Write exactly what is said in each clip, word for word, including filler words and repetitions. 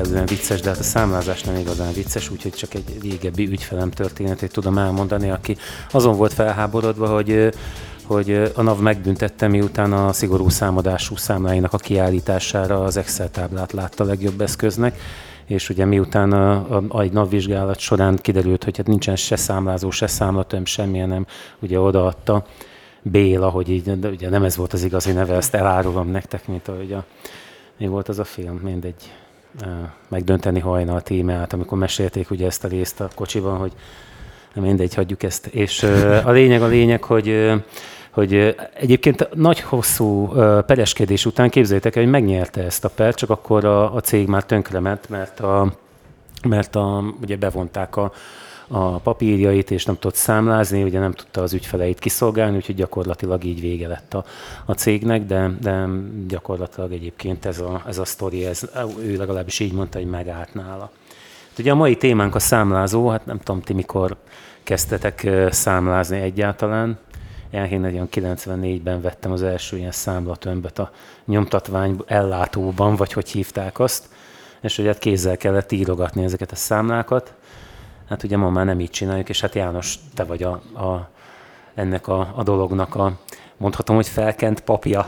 jellemzően vicces, de hát a számlázás nem igazán vicces, úgyhogy csak egy régebbi ügyfelem történetét tudom elmondani, aki azon volt felháborodva, hogy hogy a NAV megbüntette, miután a szigorú számadású számláinak a kiállítására az Excel táblát látta legjobb eszköznek, és ugye miután a, a, a NAV vizsgálat során kiderült, hogy hát nincsen se számlázó, se számlatöm, semmilyen nem, ugye odaadta Béla, hogy így, de ugye nem ez volt az igazi neve, ezt elárulom nektek, mint ahogy a, mi volt az a film, mindegy, megdönteni hajnal témát, amikor mesélték ugye ezt a részt a kocsiban, hogy mindegy, hagyjuk ezt. És a lényeg a lényeg, hogy hogy egyébként nagy hosszú pereskedés után képzeljétek el, hogy megnyerte ezt a pert, csak akkor a, a cég már tönkrement, mert, a, mert a, ugye bevonták a, a papírjait, és nem tudott számlázni, ugye nem tudta az ügyfeleit kiszolgálni, úgyhogy gyakorlatilag így vége lett a, a cégnek, de, de gyakorlatilag egyébként ez a, ez a sztori, ez, ő legalábbis így mondta, hogy megállt nála. Ugye a mai témánk a számlázó, hát nem tudom, ti mikor kezdtetek számlázni egyáltalán. Én kilencvennégyben vettem az első ilyen számlatömböt a nyomtatvány ellátóban, vagy hogy hívták azt, és ugye hát kézzel kellett írogatni ezeket a számlákat. Hát ugye ma már nem így csináljuk, és hát János, te vagy a, a, ennek a, a dolognak a, mondhatom, hogy felkent papja.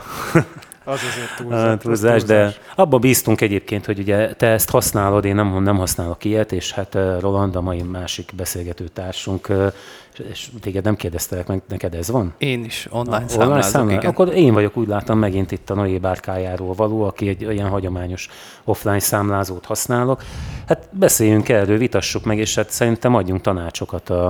Az azért túlzás, túlzás, de abban bíztunk egyébként, hogy ugye te ezt használod, én nem, nem használok ilyet, és hát Roland, a mai másik beszélgető társunk, és téged nem kérdeztelek meg, neked ez van? Én is online számlázok, igen. Akkor én vagyok, úgy láttam megint itt a Noé bárkájáról való, aki egy olyan hagyományos offline számlázót használok. Hát beszéljünk erről, vitassuk meg, és hát szerintem adjunk tanácsokat a,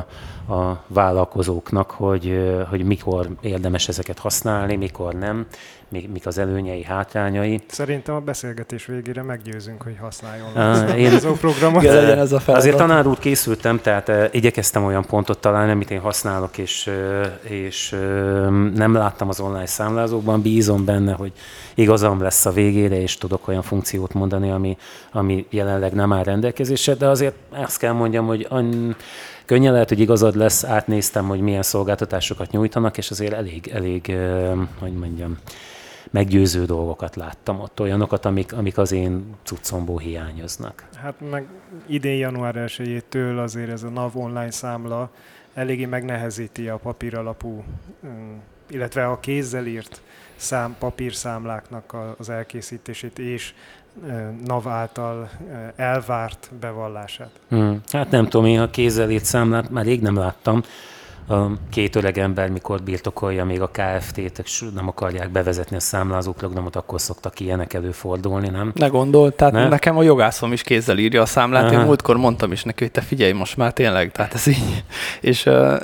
a vállalkozóknak, hogy, hogy mikor érdemes ezeket használni, mikor nem, mik az előnyei, hátrányai. Szerintem a beszélgetés végére meggyőzünk, hogy használjon uh, én, az programot. Ez a azért tanár úr készültem, tehát uh, igyekeztem olyan pontot találni, amit én használok, és, uh, és uh, nem láttam az online számlázókban, bízom benne, hogy igazam lesz a végére, és tudok olyan funkciót mondani, ami, ami jelenleg nem áll rendelkezésre, de azért azt kell mondjam, hogy an, könnyen lehet, hogy igazad lesz, átnéztem, hogy milyen szolgáltatásokat nyújtanak, és azért elég, elég uh, hogy mondjam, meggyőző dolgokat láttam ott, olyanokat, amik, amik az én cuccomból hiányoznak. Hát meg idén január elsejétől azért ez a NAV online számla eléggé megnehezíti a papíralapú, illetve a kézzel írt szám, papírszámláknak az elkészítését és NAV által elvárt bevallását. Hmm. Hát nem tudom, én a kézzel írt számlát már rég nem láttam. A két öreg ember, mikor birtokolja még a ká ef té-t, és nem akarják bevezetni a számlázó programot, akkor szoktak ilyenek előfordulni, nem? Ne gondolj, tehát ne? Nekem a jogászom is kézzel írja a számlát, aha. Én múltkor mondtam is neki, hogy te figyelj most már tényleg, tehát ez így. És uh,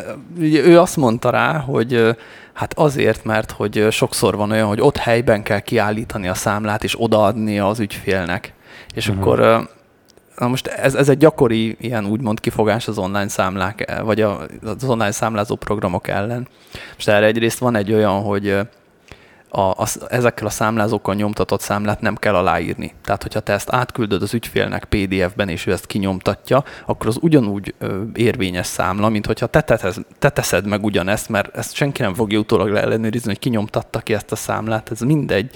ő azt mondta rá, hogy uh, hát azért, mert hogy sokszor van olyan, hogy ott helyben kell kiállítani a számlát, és odaadni az ügyfélnek. És uh-huh. akkor... Uh, Na most ez, ez egy gyakori ilyen úgymond kifogás az online számlák, vagy az online számlázó programok ellen. Most erre egyrészt van egy olyan, hogy a, a, ezekkel a számlázókkal nyomtatott számlát nem kell aláírni. Tehát, hogyha te ezt átküldöd az ügyfélnek pé dé ef-ben, és ő ezt kinyomtatja, akkor az ugyanúgy ö, érvényes számla, mint hogyha te, te, te teszed meg ugyanezt, mert ezt senki nem fogja utólag ellenőrizni, hogy kinyomtatta ki ezt a számlát. Ez mindegy.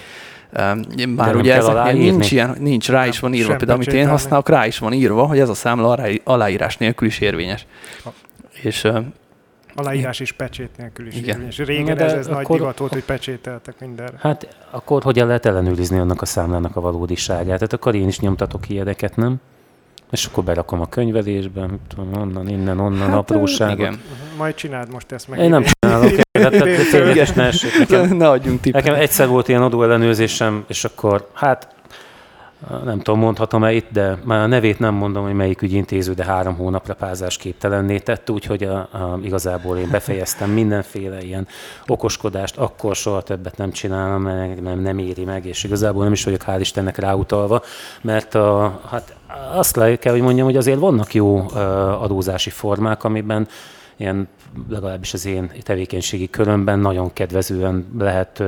Bár ugye ez nincs ilyen, nincs, rá is van írva, például amit én használok, rá is van írva, hogy ez a számla aláírás nélkül is érvényes. Ha. És, aláírás is pecsét nélkül is igen. Érvényes. Régen ez, ez nagy divat volt, hogy pecsételtek mindenre. Hát akkor hogyan lehet ellenőrizni annak a számlának a valódiságát? Tehát akkor én is nyomtatok ilyeneket, nem? És akkor berakom a könyvelésbe, tudom, onnan, innen, onnan, hát, apróságot. Igen. Majd csináld most ezt meg. Én nem csinálok. Tényleges ne essék. Nekem, ne adjunk tippet. Nekem egyszer volt ilyen adóellenőrzésem, és akkor, hát nem tudom, mondhatom-e itt, de már a nevét nem mondom, hogy melyik ügyintéző, de három hónapra pázásképtelenné tett, úgyhogy a, a, igazából én befejeztem mindenféle ilyen okoskodást, akkor soha többet nem csinálom, mert nem, nem éri meg, és igazából nem is vagyok hál' Istennek ráutalva, mert a, hát azt le kell, hogy mondjam, hogy azért vannak jó adózási formák, amiben ilyen, legalábbis az én tevékenységi körömben nagyon kedvezően lehet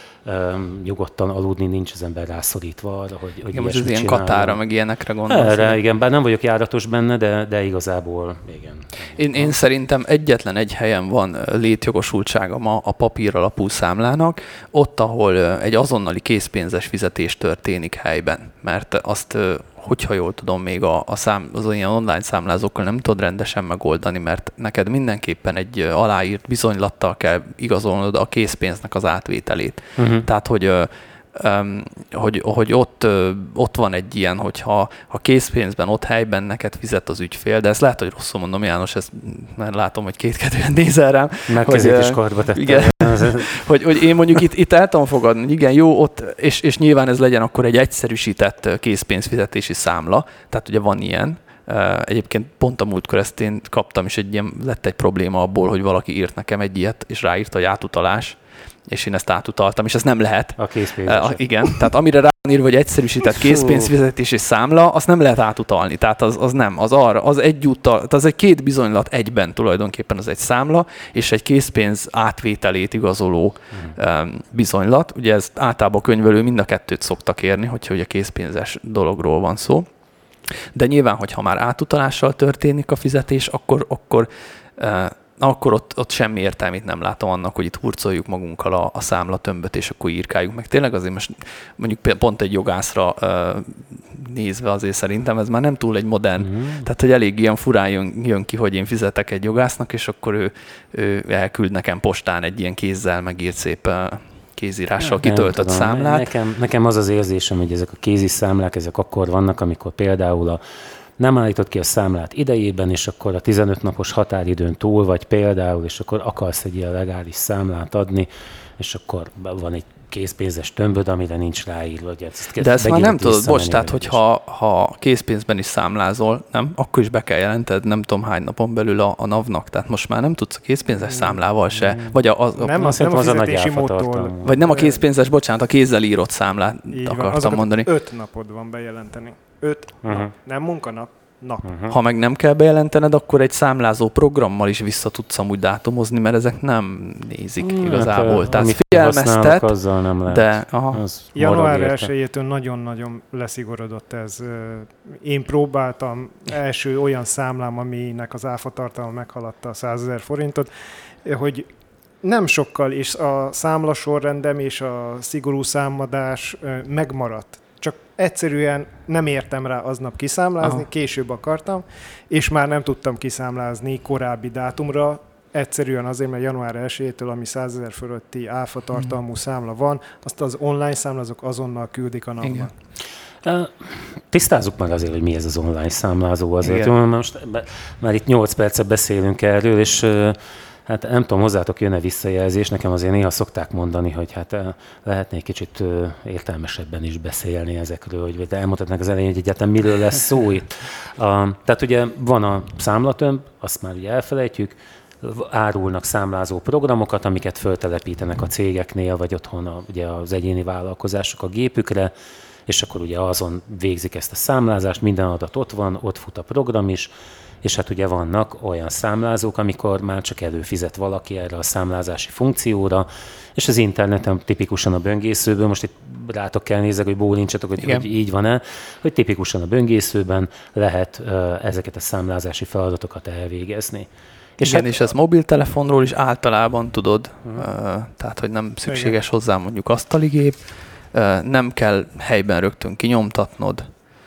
Um, nyugodtan aludni, nincs az ember rászorítva arra, hogy, hogy igen, most az ilyen Katára, meg ilyenekre gondolsz. Erre, igen, bár nem vagyok járatos benne, de, de igazából igen. Én, én szerintem egyetlen egy helyen van létjogosultsága ma a papír alapú számlának, ott, ahol egy azonnali készpénzes fizetés történik helyben. Mert azt, hogyha jól tudom, még a, a szám, az olyan online számlázókkal nem tudod rendesen megoldani, mert neked mindenképpen egy aláírt bizonylattal kell igazolnod a készpénznek az átvételét. Uh-huh. Tehát, hogy Um, hogy, hogy ott, uh, ott van egy ilyen, hogyha ha készpénzben, ott helyben neked fizet az ügyfél, de ezt lehet, hogy rosszul mondom, János, ezt már látom, hogy kétkedően nézel rám. Már kezét is karba tettem. Igen, hogy, hogy én mondjuk itt, itt el tudom fogadni, igen, jó, ott, és, és nyilván ez legyen akkor egy egyszerűsített készpénzfizetési számla, tehát ugye van ilyen. Uh, egyébként pont a múltkor ezt én kaptam, és egy ilyen, lett egy probléma abból, hogy valaki írt nekem egy ilyet, és ráírta, hogy átutalás, és én ezt átutaltam, és ez nem lehet. A készpénzes. Uh, igen, tehát amire rá van írva, hogy egyszerűsített készpénzfizetési számla, azt nem lehet átutalni, tehát az, az nem, az arra, az egyúttal, tehát az egy két bizonylat egyben tulajdonképpen, az egy számla, és egy készpénz átvételét igazoló hmm. um, bizonylat. Ugye ez általában a könyvelő mind a kettőt szokta kérni, hogyha ugye készpénzes dologról van szó. De nyilván, hogyha már átutalással történik a fizetés, akkor, akkor uh, akkor ott, ott semmi értelmét nem látom annak, hogy itt hurcoljuk magunkkal a, a számlatömböt, és akkor írkáljuk meg. Tényleg azért most mondjuk pont egy jogászra uh, nézve azért szerintem ez már nem túl egy modern, mm. tehát hogy elég ilyen furán jön, jön ki, hogy én fizetek egy jogásznak, és akkor ő, ő elküld nekem postán egy ilyen kézzel megírt szép uh, kézírással kitöltött számlát. Nekem, nekem az az érzésem, hogy ezek a kézi számlák, ezek akkor vannak, amikor például a nem állítod ki a számlát idejében, és akkor a tizenöt napos határidőn túl vagy például, és akkor akarsz egy ilyen legális számlát adni, és akkor van egy készpénzes tömböd, amire nincs ráírva. Hogy ezt de ezt már nem tudod, bocs, tehát hogyha ha készpénzben is számlázol, nem, akkor is be kell jelented, nem tudom hány napon belül a, a NAV-nak, tehát most már nem tudsz a készpénzes számlával se, vagy a, a, nem, a, nem a fizetési módtól. Vagy nem a készpénzes, bocsánat, a kézzel írott számlát így akartam van, mondani. öt napod van bejelenteni. Öt uh-huh. nap, nem munkanap. Nap. Uh-huh. Ha meg nem kell bejelentened, akkor egy számlázó programmal is vissza tudsz amúgy dátumozni, mert ezek nem nézik hmm, igazából. Hát, tehát figyelmeztet, azzal nem lehet. De január elsejétől nagyon-nagyon leszigorodott ez. Én próbáltam első olyan számlám, aminek az áfa tartalma meghaladta a százezer forintot, hogy nem sokkal, és a számlasorrendem és a szigorú számadás megmaradt. Csak egyszerűen nem értem rá aznap kiszámlázni, aha. Később akartam, és már nem tudtam kiszámlázni korábbi dátumra, egyszerűen azért, mert január elsejétől, ami százezer fölötti áfa tartalmú számla van, azt az online számlázók azonnal küldik a napnak. Tisztázzuk meg azért, hogy mi ez az online számlázó azért. Jó, most már itt nyolc percet beszélünk erről, és hát nem tudom, hozzátok jön-e visszajelzés, nekem azért néha szokták mondani, hogy hát lehetne egy kicsit értelmesebben is beszélni ezekről, hogy elmutatnak az elején, hogy egyáltalán miről lesz szó itt. A, tehát ugye van a számlatömb, azt már ugye elfelejtjük, árulnak számlázó programokat, amiket föltelepítenek a cégeknél, vagy otthon a, ugye az egyéni vállalkozások a gépükre, és akkor ugye azon végzik ezt a számlázást, minden adat ott van, ott fut a program is, és hát ugye vannak olyan számlázók, amikor már csak előfizet valaki erre a számlázási funkcióra, és az interneten tipikusan a böngészőből, most itt rátok kell nézzek, hogy bólincsatok, hogy, hogy így van-e, hogy tipikusan a böngészőben lehet uh, ezeket a számlázási feladatokat elvégezni. És igen, hát, és ez mobiltelefonról is általában tudod, uh-huh. uh, tehát hogy nem szükséges igen. hozzá mondjuk asztaligép, uh, nem kell helyben rögtön kinyomtatnod,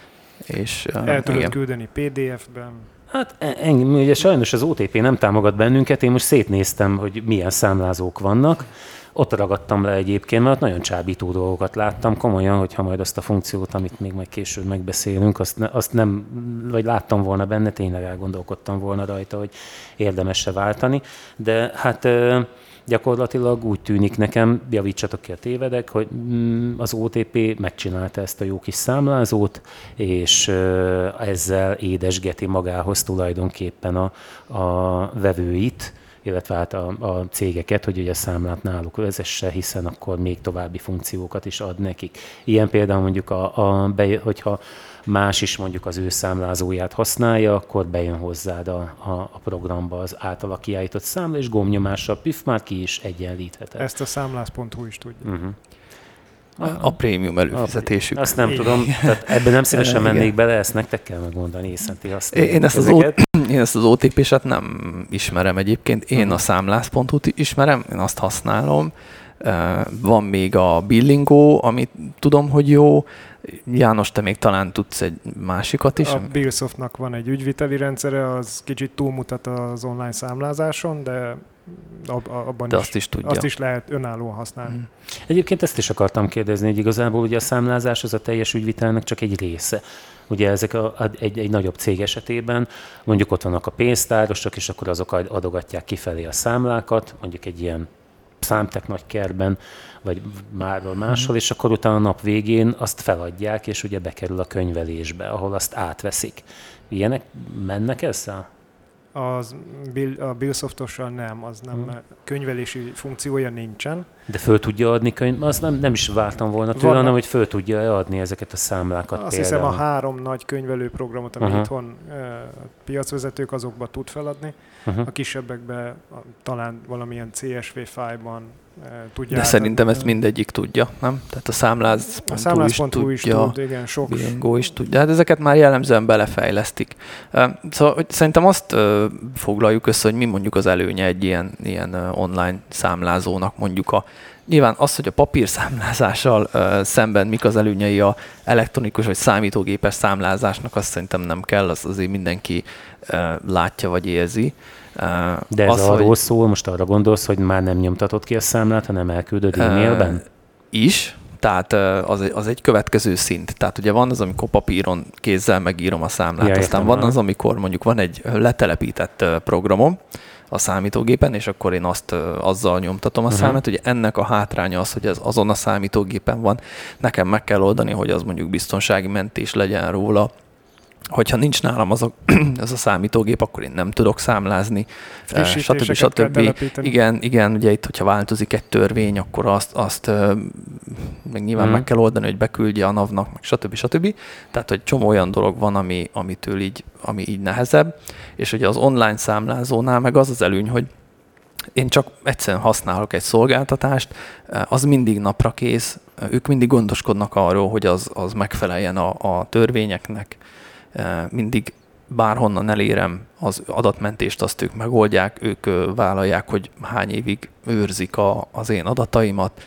és uh, el tudod igen. küldeni pé dé ef-ben. Hát engem, ugye sajnos az o té pé nem támogat bennünket, én most szétnéztem, hogy milyen számlázók vannak. Ott ragadtam le egyébként, mert nagyon csábító dolgokat láttam, komolyan, hogyha majd azt a funkciót, amit még majd később megbeszélünk, azt, ne, azt nem, vagy láttam volna benne, tényleg elgondolkodtam volna rajta, hogy érdemes-e váltani. De hát gyakorlatilag úgy tűnik nekem, javítsatok ki a tévedek, hogy az o té pé megcsinálta ezt a jó kis számlázót, és ezzel édesgeti magához tulajdonképpen a, a vevőit, illetve hát a, a cégeket, hogy ugye a számlát náluk vezesse, hiszen akkor még további funkciókat is ad nekik. Ilyen például mondjuk, a, a, be, hogyha más is mondjuk az ő számlázóját használja, akkor bejön hozzád a, a, a programba az általa kiállított számla, és gombnyomással püff, már ki is egyenlítheted. Ezt a számlász pont hu is tudja. Uh-huh. A, a prémium előfizetésük. Azt nem tudom, tehát ebben nem szívesen mennék bele, ezt nektek kell megmondani, hiszen ti használják én ezt az o, Én ezt az o té pé-set nem ismerem egyébként, én a számlász pont hu-t ismerem, én azt használom, Van még a Billingo, amit tudom, hogy jó. János, te még talán tudsz egy másikat is? A Billsoftnak van egy ügyviteli rendszere, az kicsit túlmutat az online számlázáson, de ab, abban de is, azt is tudja. Azt is lehet önállóan használni. Mm. Egyébként ezt is akartam kérdezni, hogy igazából ugye a számlázás az a teljes ügyvitelnek csak egy része. Ugye ezek a, egy, egy nagyobb cég esetében mondjuk ott vannak a pénztárosok, és akkor azok adogatják kifelé a számlákat, mondjuk egy ilyen számtek nagy kertben, vagy márról máshol, és akkor utána a nap végén azt feladják, és ugye bekerül a könyvelésbe, ahol azt átveszik. Ilyenek mennek ezzel? Az Bill, a Billsoftossal nem, az nem, hmm. könyvelési funkciója nincsen. De föl tudja adni könyv? Azt nem, nem is vártam volna tőle, hanem hogy föl tudja adni ezeket a számlákat. Azt például. hiszem a három nagy könyvelőprogramot, ami uh-huh. itthon e, piacvezetők, azokba tud feladni. Uh-huh. A kisebbekbe a, talán valamilyen cé es vé fájlban e, tudja. De szerintem ezt mindegyik tudja, nem? Tehát a számláz A számláz.hu is, is tud, igen, sok. Billingo is tudja. Hát ezeket már jellemzően belefejlesztik. Szóval hogy szerintem azt foglaljuk össze, hogy mi mondjuk az előnye egy ilyen, ilyen online számlázónak, mondjuk a nyilván az, hogy a papírszámlázással uh, szemben mik az előnyei a elektronikus vagy számítógépes számlázásnak, azt szerintem nem kell, az azért mindenki uh, látja vagy érzi. Uh, De ez az, arról hogy, szól, most arra gondolsz, hogy már nem nyomtatod ki a számlát, hanem elküldöd e-mailben? Uh, is, tehát uh, az, az egy következő szint. Tehát ugye van az, amikor papíron kézzel megírom a számlát, ja, aztán van az, amikor mondjuk van egy letelepített uh, programom, a számítógépen, és akkor én azt azzal nyomtatom a uh-huh. számát. Ugye ennek a hátránya az, hogy ez azon a számítógépen van. Nekem meg kell oldani, hogy az mondjuk biztonsági mentés legyen róla. Hogyha nincs nálam az a, az a számítógép, akkor én nem tudok számlázni, stb. stb. Igen, igen, ugye itt, hogyha változik egy törvény, akkor azt, azt meg nyilván hmm. meg kell oldani, hogy beküldje a NAV-nak, meg stb. stb. Tehát, hogy csomó olyan dolog van, ami, amitől így, ami így nehezebb, és ugye az online számlázónál meg az az előny, hogy én csak egyszerűen használok egy szolgáltatást, az mindig napra kész, ők mindig gondoskodnak arról, hogy az, az megfeleljen a, a törvényeknek, mindig bárhonnan elérem az adatmentést, azt ők megoldják, ők vállalják, hogy hány évig őrzik a, az én adataimat,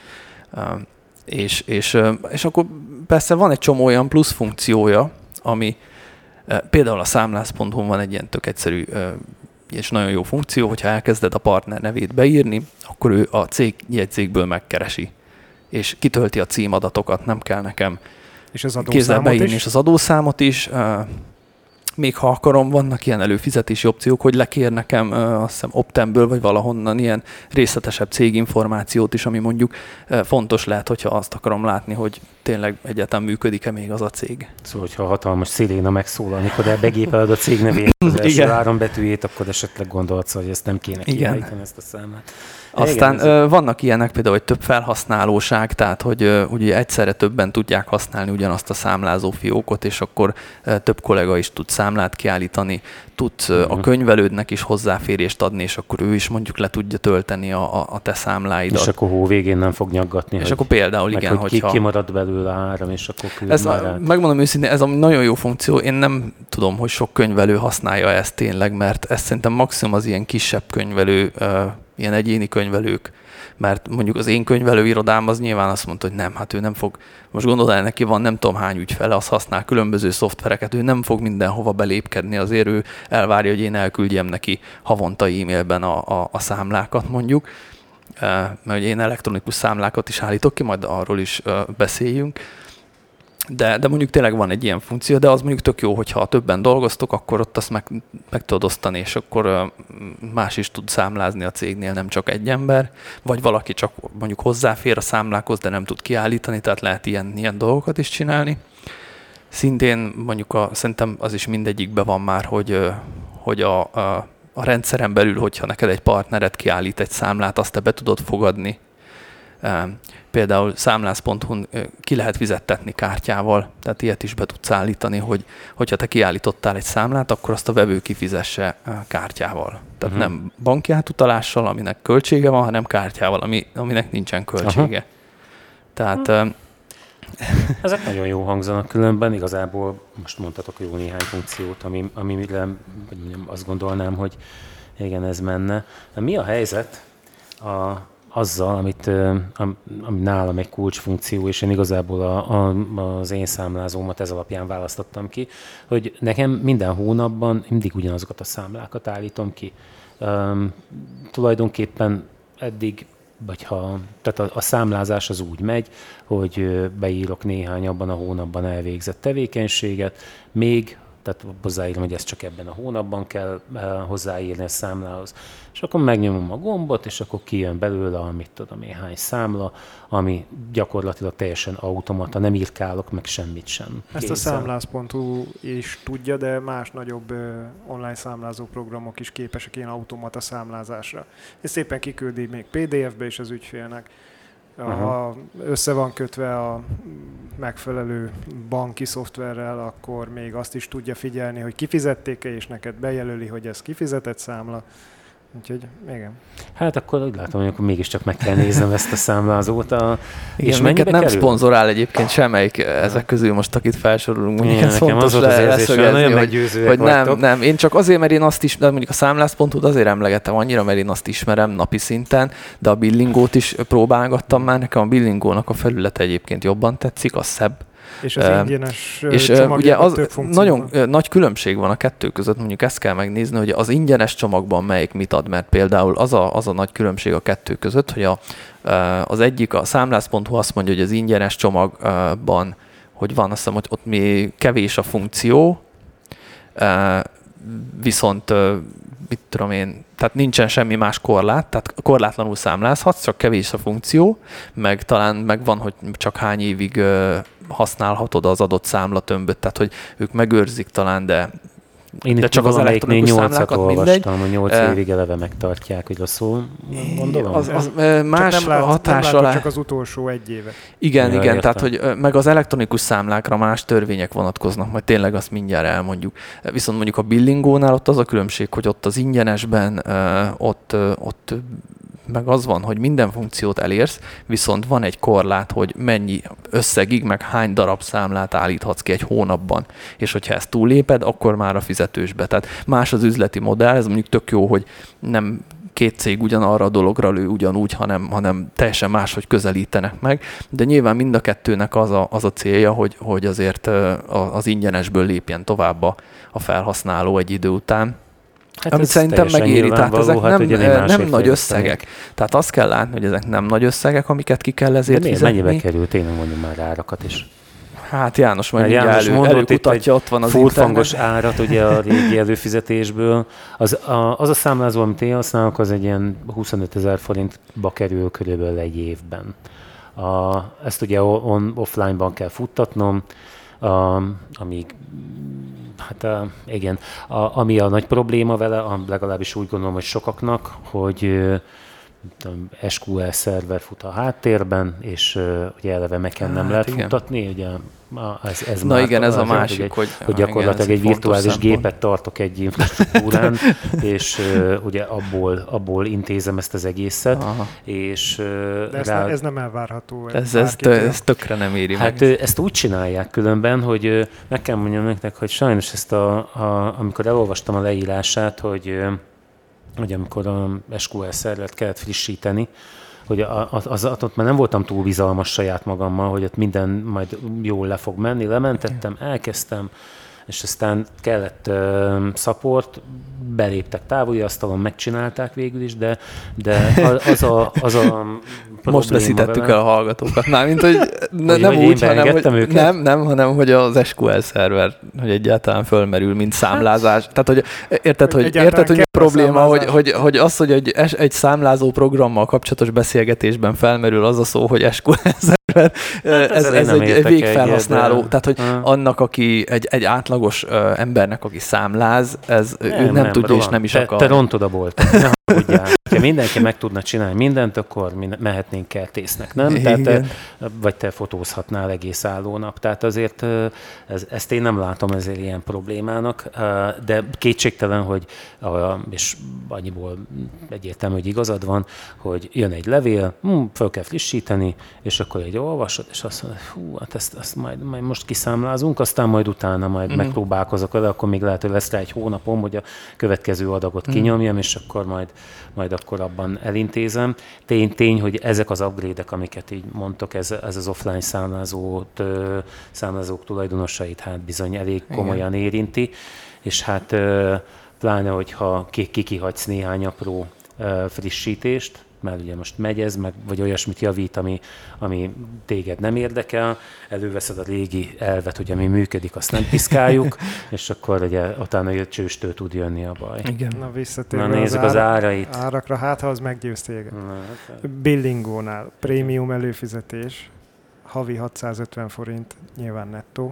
és, és, és akkor persze van egy csomó olyan plusz funkciója, ami például a számlász pont hu van egy ilyen tök egyszerű és nagyon jó funkció, hogyha elkezded a partner nevét beírni, akkor ő a cég jegyzékből megkeresi, és kitölti a címadatokat, nem kell nekem és az kézzel beírni, is? és az adószámot is. Még ha akarom, vannak ilyen előfizetési opciók, hogy lekér nekem azt hiszem Optemből, vagy valahonnan ilyen részletesebb céginformációt is, ami mondjuk fontos lehet, hogyha azt akarom látni, hogy tényleg egyáltalán működik-e még az a cég. Szóval, hogyha hatalmas sziréna megszólal, amikor begépeled a cég nevét, az első három betűjét, akkor esetleg gondolsz, hogy ezt nem kéne kiállítani, ezt a számát. Aztán igen, ez... vannak ilyenek például, hogy több felhasználóság, tehát hogy uh, ugye egyszerre többen tudják használni ugyanazt a számlázó fiókot, és akkor uh, több kollega is tud számlát kiállítani, tud uh, uh-huh. a könyvelődnek is hozzáférést adni, és akkor ő is mondjuk le tudja tölteni a, a, a te számláidat. És akkor hó végén nem fog nyaggatni. És hogy, akkor például meg, igen, hogy hogyha... kimarad belőle áram, és akkor küld ez már a, át. Megmondom őszintén, ez a nagyon jó funkció. Én nem tudom, hogy sok könyvelő használja ezt tényleg, mert ezt szerintem maximum az ilyen kisebb könyvelő, uh, ilyen egyéni könyvelők, mert mondjuk az én könyvelőirodám az nyilván azt mondta, hogy nem, hát ő nem fog, most gondolod el, neki van nem tudom hány ügyfele, az használ különböző szoftvereket, ő nem fog mindenhova belépkedni, azért ő elvárja, hogy én elküldjem neki havonta e-mailben a, a, a számlákat mondjuk, mert én elektronikus számlákat is állítok ki, majd arról is beszéljünk. De, de mondjuk tényleg van egy ilyen funkció, de az mondjuk tök jó, hogyha többen dolgoztok, akkor ott azt meg, meg tudod osztani, és akkor más is tud számlázni a cégnél, nem csak egy ember, vagy valaki csak mondjuk hozzáfér a számlákhoz, de nem tud kiállítani, tehát lehet ilyen, ilyen dolgokat is csinálni. Szintén mondjuk a, szerintem az is mindegyikben van már, hogy, hogy a, a, a rendszeren belül, hogyha neked egy partnered kiállít egy számlát, azt te be tudod fogadni. Például számlász pont hu-n ki lehet fizettetni kártyával, tehát ilyet is be tudsz állítani, hogy hogyha te kiállítottál egy számlát, akkor azt a vevő kifizesse kártyával. Tehát uh-huh. nem banki átutalással, aminek költsége van, hanem kártyával, ami, aminek nincsen költsége. Uh-huh. Tehát... Uh-huh. Ezek nagyon jó hangzanak, különben igazából most mondtatok jó néhány funkciót, ami, amire azt gondolnám, hogy igen, ez menne. De mi a helyzet a azzal, amit, ami nálam egy kulcsfunkció, és én igazából a, a, az én számlázómat ez alapján választottam ki, hogy nekem minden hónapban mindig ugyanazokat a számlákat állítom ki. Um, tulajdonképpen eddig, vagy ha, tehát a, a számlázás az úgy megy, hogy beírok néhány abban a hónapban elvégzett tevékenységet, még, tehát hozzáírom, hogy ezt csak ebben a hónapban kell hozzáírni a számlához. És akkor megnyomom a gombot, és akkor kijön belőle, amit tudom én, hány számla, ami gyakorlatilag teljesen automata, nem írkálok meg semmit sem. Ezt a számlász pont hu is tudja, de más nagyobb uh, online számlázó programok is képesek ilyen automata számlázásra. És szépen kiküldi még pé dé ef-be is az ügyfélnek. Ha össze van kötve a megfelelő banki szoftverrel, akkor még azt is tudja figyelni, hogy kifizették-e, és neked bejelöli, hogy ez kifizetett számla. Úgyhogy igen. Hát akkor úgy látom, hogy akkor mégiscsak meg kell néznem ezt a számlázót. A... Igen, és minket nem kerül? Szponzorál egyébként semmelyik ezek közül most, akit felsorolunk. Mondjuk ez fontos le, leszögezni, hogy, hogy nem, nem. Én csak azért, mert én azt is, de mondjuk a számlász pont hu azért emlegetem annyira, mert én azt ismerem napi szinten, de a Billingót is próbálgattam már. Nekem a Billingónak a felülete egyébként jobban tetszik, az szebb. És az ingyenes uh, és ugye az nagyon van. Nagy különbség van a kettő között, mondjuk ezt kell megnézni, hogy az ingyenes csomagban melyik mit ad, mert például az a, az a nagy különbség a kettő között, hogy a, az egyik, a számlász pont hu azt mondja, hogy az ingyenes csomagban, hogy van, azt hiszem, hogy ott még kevés a funkció, viszont mit tudom én, tehát nincsen semmi más korlát, tehát korlátlanul számlázhatsz, csak kevés a funkció, meg talán megvan, hogy csak hány évig használhatod az adott számlatömböt, tehát hogy ők megőrzik talán, de, Én de csak az elektronikus számlákat mindegy. Hogy nyolc évig eleve megtartják, hogy rosszul gondolom. Az, az, az más nem lát, hatás nem alá... csak az utolsó egy éve. Igen, ja, igen, értem. tehát hogy meg az elektronikus számlákra más törvények vonatkoznak, majd tényleg azt mindjárt elmondjuk. Viszont mondjuk a Billingónál ott az a különbség, hogy ott az ingyenesben ott, ott meg az van, hogy minden funkciót elérsz, viszont van egy korlát, hogy mennyi összegig, meg hány darab számlát állíthatsz ki egy hónapban. És hogyha ezt túlléped, akkor már a fizetősbe. Tehát más az üzleti modell, ez mondjuk tök jó, hogy nem két cég ugyanarra a dologra lő ugyanúgy, hanem, hanem teljesen máshogy közelítenek meg. De nyilván mind a kettőnek az a, az a célja, hogy, hogy azért az ingyenesből lépjen tovább a, a felhasználó egy idő után. Hát amit szerintem megéri, tehát ezek hát nem, nem nagy összegek. Tenni. Tehát azt kell látni, hogy ezek nem nagy összegek, amiket ki kell ezért de fizetni. Mennyibe kerül? Tényleg mondjuk már árakat is. Hát János majd János elő, előkutatja, ott van az fullfangos árat ugye a régi előfizetésből. Az a, az a számlázó, amit én használok, az egy ilyen huszonötezer forintba kerül körülbelül egy évben. A, ezt ugye on, offline-ban kell futtatnom, a, amíg hát a, igen, a, ami a nagy probléma vele, a, legalábbis úgy gondolom, hogy sokaknak, hogy es kú el szerver fut a háttérben, és uh, ugye eleve Mac-en nem hát, lehet igen. futtatni, ugye ez, ez Na igen, ez a másik, hogy, hogy, hogy gyakorlatilag igen, egy virtuális gépet tartok egy infrastruktúrán, és uh, ugye abból, abból intézem ezt az egészet, Aha. és uh, De ez, rá... ne, ez nem elvárható. Ez, ez, tö, ez tökre nem éri hát, meg. Hát ezt úgy csinálják különben, hogy uh, meg kell mondjam nektek, hogy sajnos ezt a, a, amikor elolvastam a leírását, hogy uh, hogy amikor a es kú el szervert kellett frissíteni, hogy az, az, ott már nem voltam túl bizalmas saját magammal, hogy ott minden majd jól le fog menni, lementettem, elkezdtem, és aztán kellett uh, support, beléptek távoli asztalon, megcsinálták végül is, de, de az a, az a most veszítettük vele. El a hallgatókat. Mármint, hogy ne, hogy nem úgy, hanem hogy, nem, nem, hanem hogy az es kú el szerver, hogy egyáltalán fölmerül, mint számlázás. Tehát, hogy érted, hogy, hogy, érted, hogy mi a probléma, hogy, hogy, hogy az, hogy egy, egy számlázó programmal kapcsolatos beszélgetésben felmerül az a szó, hogy es kú el szerver, hát ez, ez egy végfelhasználó. Egyet, tehát, hogy ha. annak, aki egy, egy átlagos uh, embernek, aki számláz, ez nem, ő nem, nem tudja, és nem is te, akar. Te rontod a boltot. Ne haragudjál. Ha mindenki meg tudna csinálni mindent, akkor mehetnénk kertésznek, nem? Tehát te, vagy te fotózhatnál egész álló nap. Tehát azért ez, ezt én nem látom ezért ilyen problémának, de kétségtelen, hogy és annyiból egyértelmű, hogy igazad van, hogy jön egy levél, hm, föl kell frissíteni, és akkor egy olvasod, és azt mondod, hú, hát ezt, ezt majd, majd most kiszámlázunk, aztán majd utána majd mm-hmm. megpróbálkozok vele, akkor még lehet, hogy lesz rá egy hónapom, hogy a következő adagot kinyomjam, és akkor majd majd akkor abban elintézem. Tény, tény, hogy ezek az upgrade-ek, amiket így mondtok, ez, ez az offline számlázót, számlázók tulajdonosait hát bizony elég komolyan Igen. érinti, és hát pláne, hogyha kikihagysz néhány apró frissítést, mert ugye most megy ez, meg, vagy olyasmit javít, ami, ami téged nem érdekel, előveszed a régi elvet, hogy ami működik, azt nem piszkáljuk, és akkor ugye utána jött csőstől tud jönni a baj. Igen. Na visszatérve Na, nézzük az, az ára, árait. árakra, hát ha az meggyőz téged. Hát, Billingónál prémium előfizetés, havi hatszázötven forint, nyilván nettó.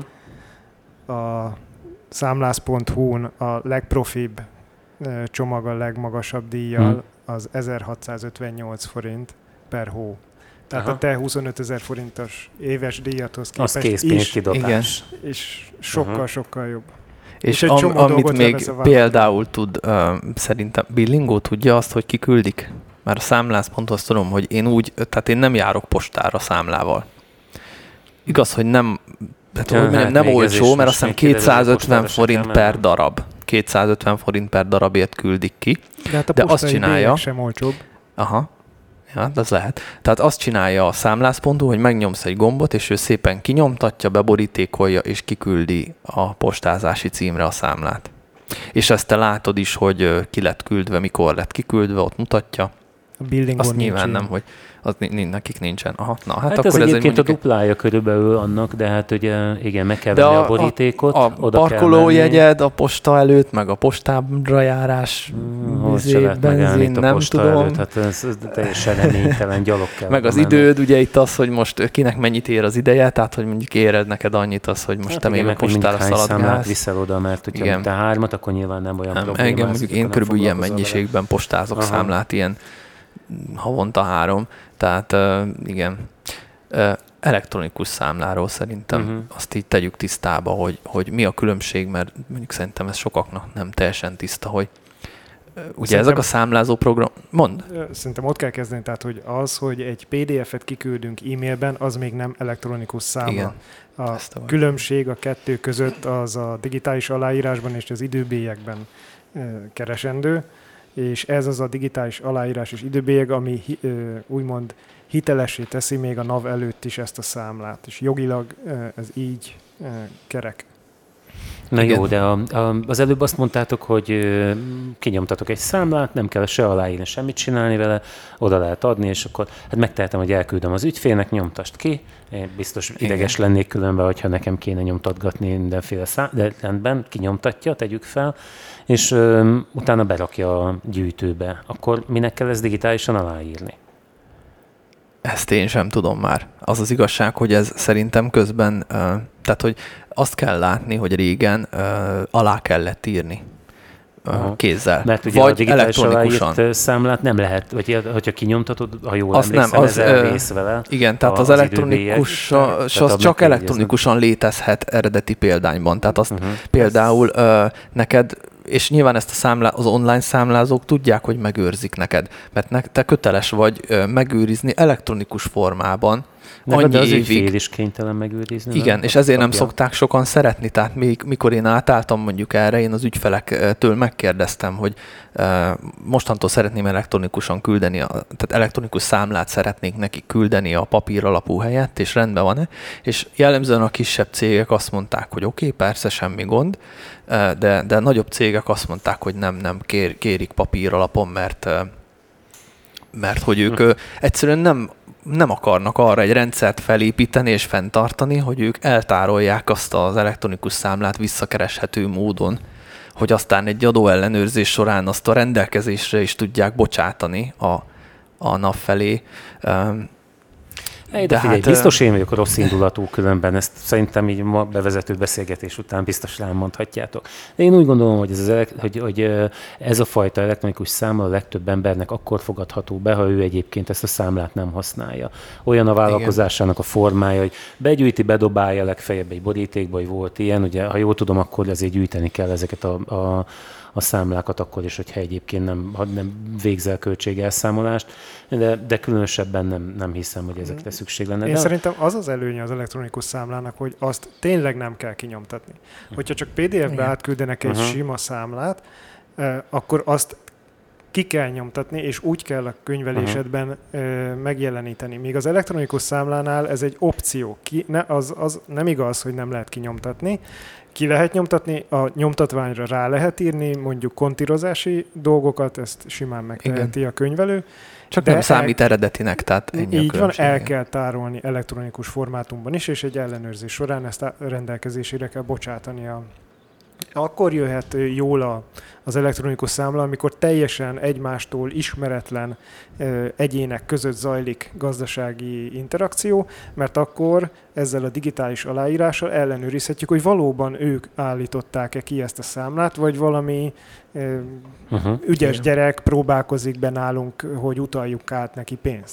Uh-huh. A számlász pont hu-n a legprofibb csomag a legmagasabb díjjal, hmm. az ezerhatszázötvennyolc forint per hó. Tehát Aha. a te huszonötezer forintos éves díjathoz képest az készpénz kidobás. És sokkal-sokkal jobb. És, és am, amit még például tud, uh, szerintem Billingó tudja azt, hogy kiküldik? Már a számlászponthoz azt tudom, hogy én úgy, tehát én nem járok postára számlával. Igaz, hogy nem, hát, ja, hogy hát nem olcsó, mert azt hiszem kétszázötven forint per darab. kétszázötven forint per darabért küldik ki. De hát a de azt csinálja, sem olcsóbb. Aha. Ja, az lehet. Tehát azt csinálja a számlász.hu, hogy megnyomsz egy gombot, és ő szépen kinyomtatja, beborítékolja, és kiküldi a postázási címre a számlát. És ezt te látod is, hogy ki lett küldve, mikor lett kiküldve, ott mutatja. A Billingon azt nyilván nem, hogy az nekik nincsen. Aha, na, hát, hát akkor ez ez egyébként egy a duplája körülbelül annak, de hát ugye igen, meg kell de venni a, a borítékot. A, a parkolójegyed a posta előtt, meg a postára járás, hmm, vizé, benzin, nem tudom. Előtt, hát ez teljesen reménytelen, gyalog kell. Meg az menni. Időd, ugye itt az, hogy most kinek mennyit ér az ideje, tehát hogy mondjuk éred neked annyit az, hogy most hát te igen, még a postára szaladgálsz. Viszel oda, mert hogyha te hármat, akkor nyilván nem olyan probléma. Engem mondjuk én körülbelül ilyen mennyiségben postázok számlát, ilyen havonta három, tehát uh, igen, uh, elektronikus számláról szerintem uh-huh. azt így tegyük tisztába, hogy, hogy mi a különbség, mert mondjuk szerintem ez sokaknak nem teljesen tiszta, hogy uh, ugye szerintem, ezek a számlázó program... Mondd! Szerintem ott kell kezdeni, tehát hogy az, hogy egy pé dé ef-et kiküldünk e-mailben, az még nem elektronikus számla. Igen. A különbség a kettő között az a digitális aláírásban és az időbélyegben uh, keresendő, és ez az a digitális aláírás és időbélyeg, ami úgymond hitelessé teszi még a NAV előtt is ezt a számlát, és jogilag ez így kerek. Na igen. Jó, de a, a, az előbb azt mondtátok, hogy kinyomtatok egy számlát, nem kell se aláírni, semmit csinálni vele, oda lehet adni, és akkor hát megtehetem, hogy elküldöm az ügyfélnek, nyomtast ki. Én biztos ideges igen. lennék különben, hogyha nekem kéne nyomtatgatni mindenféle szám, de rendben, kinyomtatja, tegyük fel, és ö, utána berakja a gyűjtőbe. Akkor minek kell ezt digitálisan aláírni? Ezt én sem tudom már. Az az igazság, hogy ez szerintem közben, uh, tehát hogy azt kell látni, hogy régen uh, alá kellett írni uh, kézzel. Mert ugye vagy a digitális aláírt számlát nem lehet, vagy hogyha kinyomtatod, ha jól azt emlékszem, nem, az, ezzel vész vele. Igen, tehát az, az elektronikus, az csak elektronikusan létezhet eredeti példányban. Tehát azt uh-huh. például uh, neked, és nyilván ezt a számlá, az online számlázók tudják, hogy megőrzik neked, mert ne, te köteles vagy ö, megőrizni elektronikus formában. De annyi az ügyfél is kénytelen megőrizni. Igen, nem? És ezért nem szokták sokan szeretni. Tehát még, mikor én átálltam mondjuk erre, én az ügyfelektől megkérdeztem, hogy uh, mostantól szeretném elektronikusan küldeni, a, tehát elektronikus számlát szeretnék neki küldeni a papír alapú helyett, és rendben van-e? És jellemzően a kisebb cégek azt mondták, hogy oké, okay, persze, semmi gond, uh, de, de nagyobb cégek azt mondták, hogy nem, nem kér, kérik papír alapon, mert, uh, mert hogy ők uh, egyszerűen nem nem akarnak arra egy rendszert felépíteni és fenntartani, hogy ők eltárolják azt az elektronikus számlát visszakereshető módon, hogy aztán egy adóellenőrzés során azt a rendelkezésre is tudják bocsátani a, a NAV felé. De, de figyelj, hát, biztos én vagyok rossz indulatú, különben ezt szerintem így ma bevezető beszélgetés után biztos rám mondhatjátok. De én úgy gondolom, hogy ez, az, hogy, hogy ez a fajta elektronikus számla a legtöbb embernek akkor fogadható be, ha ő egyébként ezt a számlát nem használja. Olyan a vállalkozásának a formája, hogy begyűjti, bedobálja legfeljebb egy borítékba, hogy volt ilyen, ugye, ha jól tudom, akkor azért gyűjteni kell ezeket a, a a számlákat akkor is, hogyha egyébként nem, nem végzel költségelszámolást, de, de különösebben nem, nem hiszem, hogy ezekre szükség lenne. Én de szerintem az az előnye az elektronikus számlának, hogy azt tényleg nem kell kinyomtatni. Hogyha csak pé dé ef-be átküldenek egy uh-huh. sima számlát, akkor azt ki kell nyomtatni, és úgy kell a könyvelésedben ö, megjeleníteni. Míg az elektronikus számlánál ez egy opció. Ki, ne, az, az nem igaz, hogy nem lehet kinyomtatni. Ki lehet nyomtatni, a nyomtatványra rá lehet írni, mondjuk kontírozási dolgokat, ezt simán megteheti Igen. a könyvelő. Csak nem számít el, eredetinek, tehát ennyi így van, el kell tárolni elektronikus formátumban is, és egy ellenőrzés során ezt a rendelkezésére kell bocsátani a Akkor jöhet jól a, az elektronikus számla, amikor teljesen egymástól ismeretlen ö, egyének között zajlik gazdasági interakció, mert akkor ezzel a digitális aláírással ellenőrizhetjük, hogy valóban ők állították-e ki ezt a számlát, vagy valami ö, uh-huh. ügyes gyerek próbálkozik be nálunk, hogy utaljuk át neki pénzt.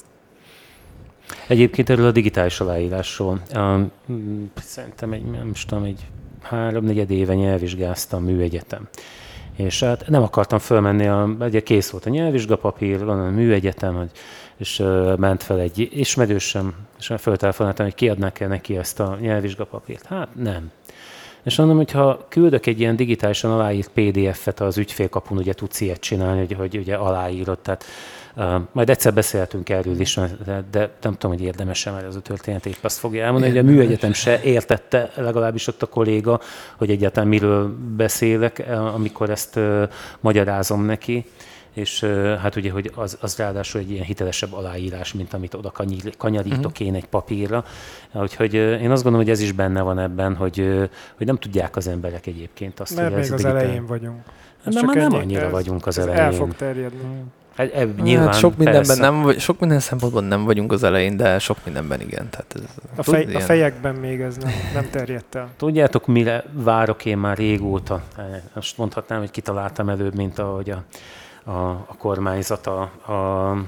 Egyébként erről a digitális aláírásról, uh, szerintem egy, nem is tudom, egy háromnegyed éve nyelvvizsgáztam műegyetem. És hát nem akartam fölmenni, a, ugye kész volt a nyelvvizsgapapír, van a műegyetem, és uh, ment fel egy ismerősöm, és föltelefonáltam, hogy kiadnák el neki ezt a nyelvvizsgapapírt. Hát nem. És mondom, hogy ha küldök egy ilyen digitálisan aláírt pé dé ef-et az ügyfélkapun, ugye tudsz ilyet csinálni, hogy, hogy ugye aláírod, tehát Uh, majd egyszer beszélhetünk erről is, de, de nem tudom, hogy érdemes-e, mert az a történet épp azt fogja elmondani, hogy a műegyetem se értette, legalábbis ott a kolléga, hogy egyáltalán miről beszélek, amikor ezt uh, magyarázom neki, és uh, hát ugye, hogy az, az ráadásul egy ilyen hitelesebb aláírás, mint amit oda kanyarítok uh-huh. én egy papírra. Úgyhogy uh, én azt gondolom, hogy ez is benne van ebben, hogy, uh, hogy nem tudják az emberek egyébként azt, mert hogy még ez az digitál... elején vagyunk. De már nem annyira ez, vagyunk az elején. El fog terjedni. Hát, eb, nyilván, hát sok, mindenben nem, sok minden szempontból nem vagyunk az elején, de sok mindenben igen. Tehát ez, a, fej, tud, a fejekben még ez nem, nem terjedt el. Tudjátok, mire várok én már régóta? Most mondhatnám, hogy kitaláltam előbb, mint ahogy a, a, a kormányzat a, a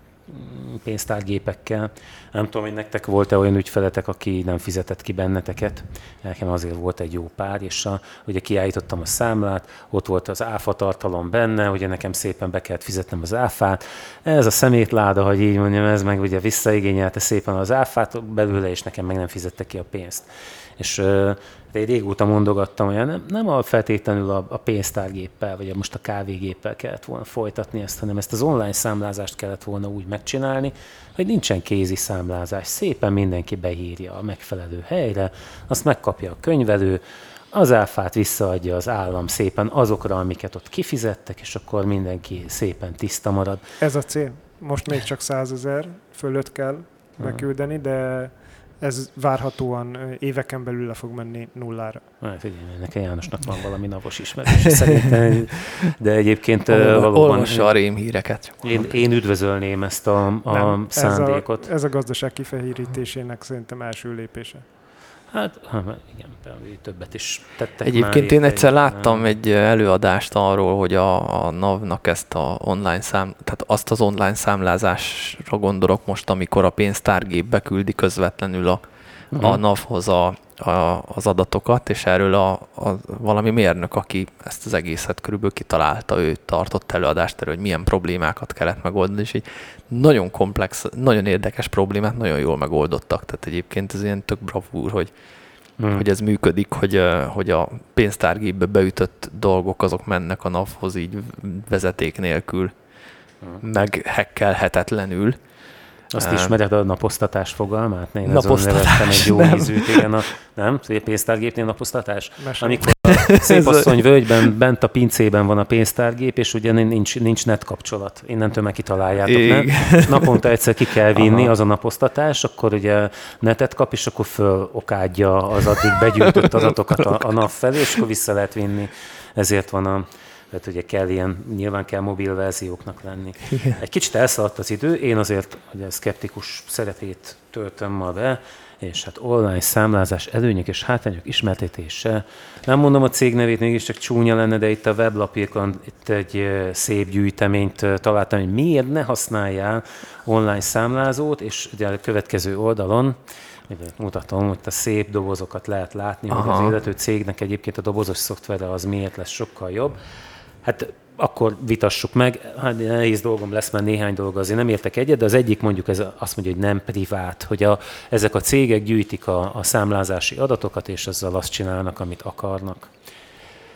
pénztárgépekkel. Nem tudom, hogy nektek volt-e olyan ügyfeletek, aki nem fizetett ki benneteket. Nekem azért volt egy jó pár, és a, ugye kiállítottam a számlát, ott volt az áfa tartalom benne, ugye nekem szépen be kellett fizetnem az áfát. Ez a szemétláda, hogy így mondjam, ez meg ugye visszaigényelte szépen az áfát belőle, és nekem meg nem fizette ki a pénzt. És de én régóta mondogattam, hogy nem, nem a feltétlenül a, a pénztárgéppel, vagy most a kávégéppel kellett volna folytatni ezt, hanem ezt az online számlázást kellett volna úgy megcsinálni, hogy nincsen kézi számlázás. Szépen mindenki beírja a megfelelő helyre, azt megkapja a könyvelő, az áfát visszaadja az állam szépen azokra, amiket ott kifizettek, és akkor mindenki szépen tiszta marad. Ez a cél. Most még csak százezer fölött kell beküldeni, de ez várhatóan éveken belül le fog menni nullára. Hát figyelj, nekem Jánosnak van valami navos ismerős szerintem, de egyébként valóban... Olvassa a rémhíreket. Én, én üdvözölném ezt a, a Nem, szándékot. Ez a, ez a gazdaság kifehérítésének szerintem első lépése. Hát, igen, többet is tettek. Egyébként én egyszer láttam egy előadást arról, hogy a, a NAV-nak ezt a online szám, tehát azt az online számlázásra gondolok most, amikor a pénztárgép beküldi közvetlenül a, uh-huh. a NAV-hoz a, a, az adatokat, és erről a, a valami mérnök, aki ezt az egészet körülbelül kitalálta, ő tartott előadást erről, hogy milyen problémákat kellett megoldani, és így nagyon komplex, nagyon érdekes problémát nagyon jól megoldottak. Tehát egyébként ez ilyen tök bravúr, hogy, hmm. hogy ez működik, hogy, hogy a pénztárgépbe beütött dolgok azok mennek a NAV-hoz így vezeték nélkül, hmm. meg hekkelhetetlenül. Azt ismered a naposztatás fogalmát? Én naposztatás, egy jó nem. ízűt, igen, a, nem? A pénztárgépnél naposztatás? Mesélj. Amikor a Szépasszony völgyben bent a pincében van a pénztárgép, és ugye nincs, nincs net kapcsolat. Innentől meg kitaláljátok, nem? Naponta egyszer ki kell vinni Aha. az a naposztatás, akkor ugye netet kap, és akkor fölokádja az addig begyűjtött adatokat a, a NAV felé, és akkor vissza lehet vinni. Ezért van a... Tehát ugye kell ilyen, nyilván kell mobil verzióknak lenni. Igen. Egy kicsit elszaladt az idő, én azért hogy a szkeptikus szerepét töltöm ma be, és hát online számlázás előnyök és hátrányok ismertetése. Nem mondom a cég nevét, mégiscsak csúnya lenne, de itt a weblapjukon itt egy szép gyűjteményt találtam, hogy miért ne használjál online számlázót, és ugye a következő oldalon mutatom, hogy a szép dobozokat lehet látni, Aha. hogy az illető cégnek egyébként a dobozos szoftvere az miért lesz sokkal jobb. Hát akkor vitassuk meg, hát nehéz dolgom lesz, mert néhány dolog azért nem értek egyet, de az egyik mondjuk ez azt mondja, hogy nem privát, hogy a, ezek a cégek gyűjtik a, a számlázási adatokat, és ezzel azt csinálnak, amit akarnak.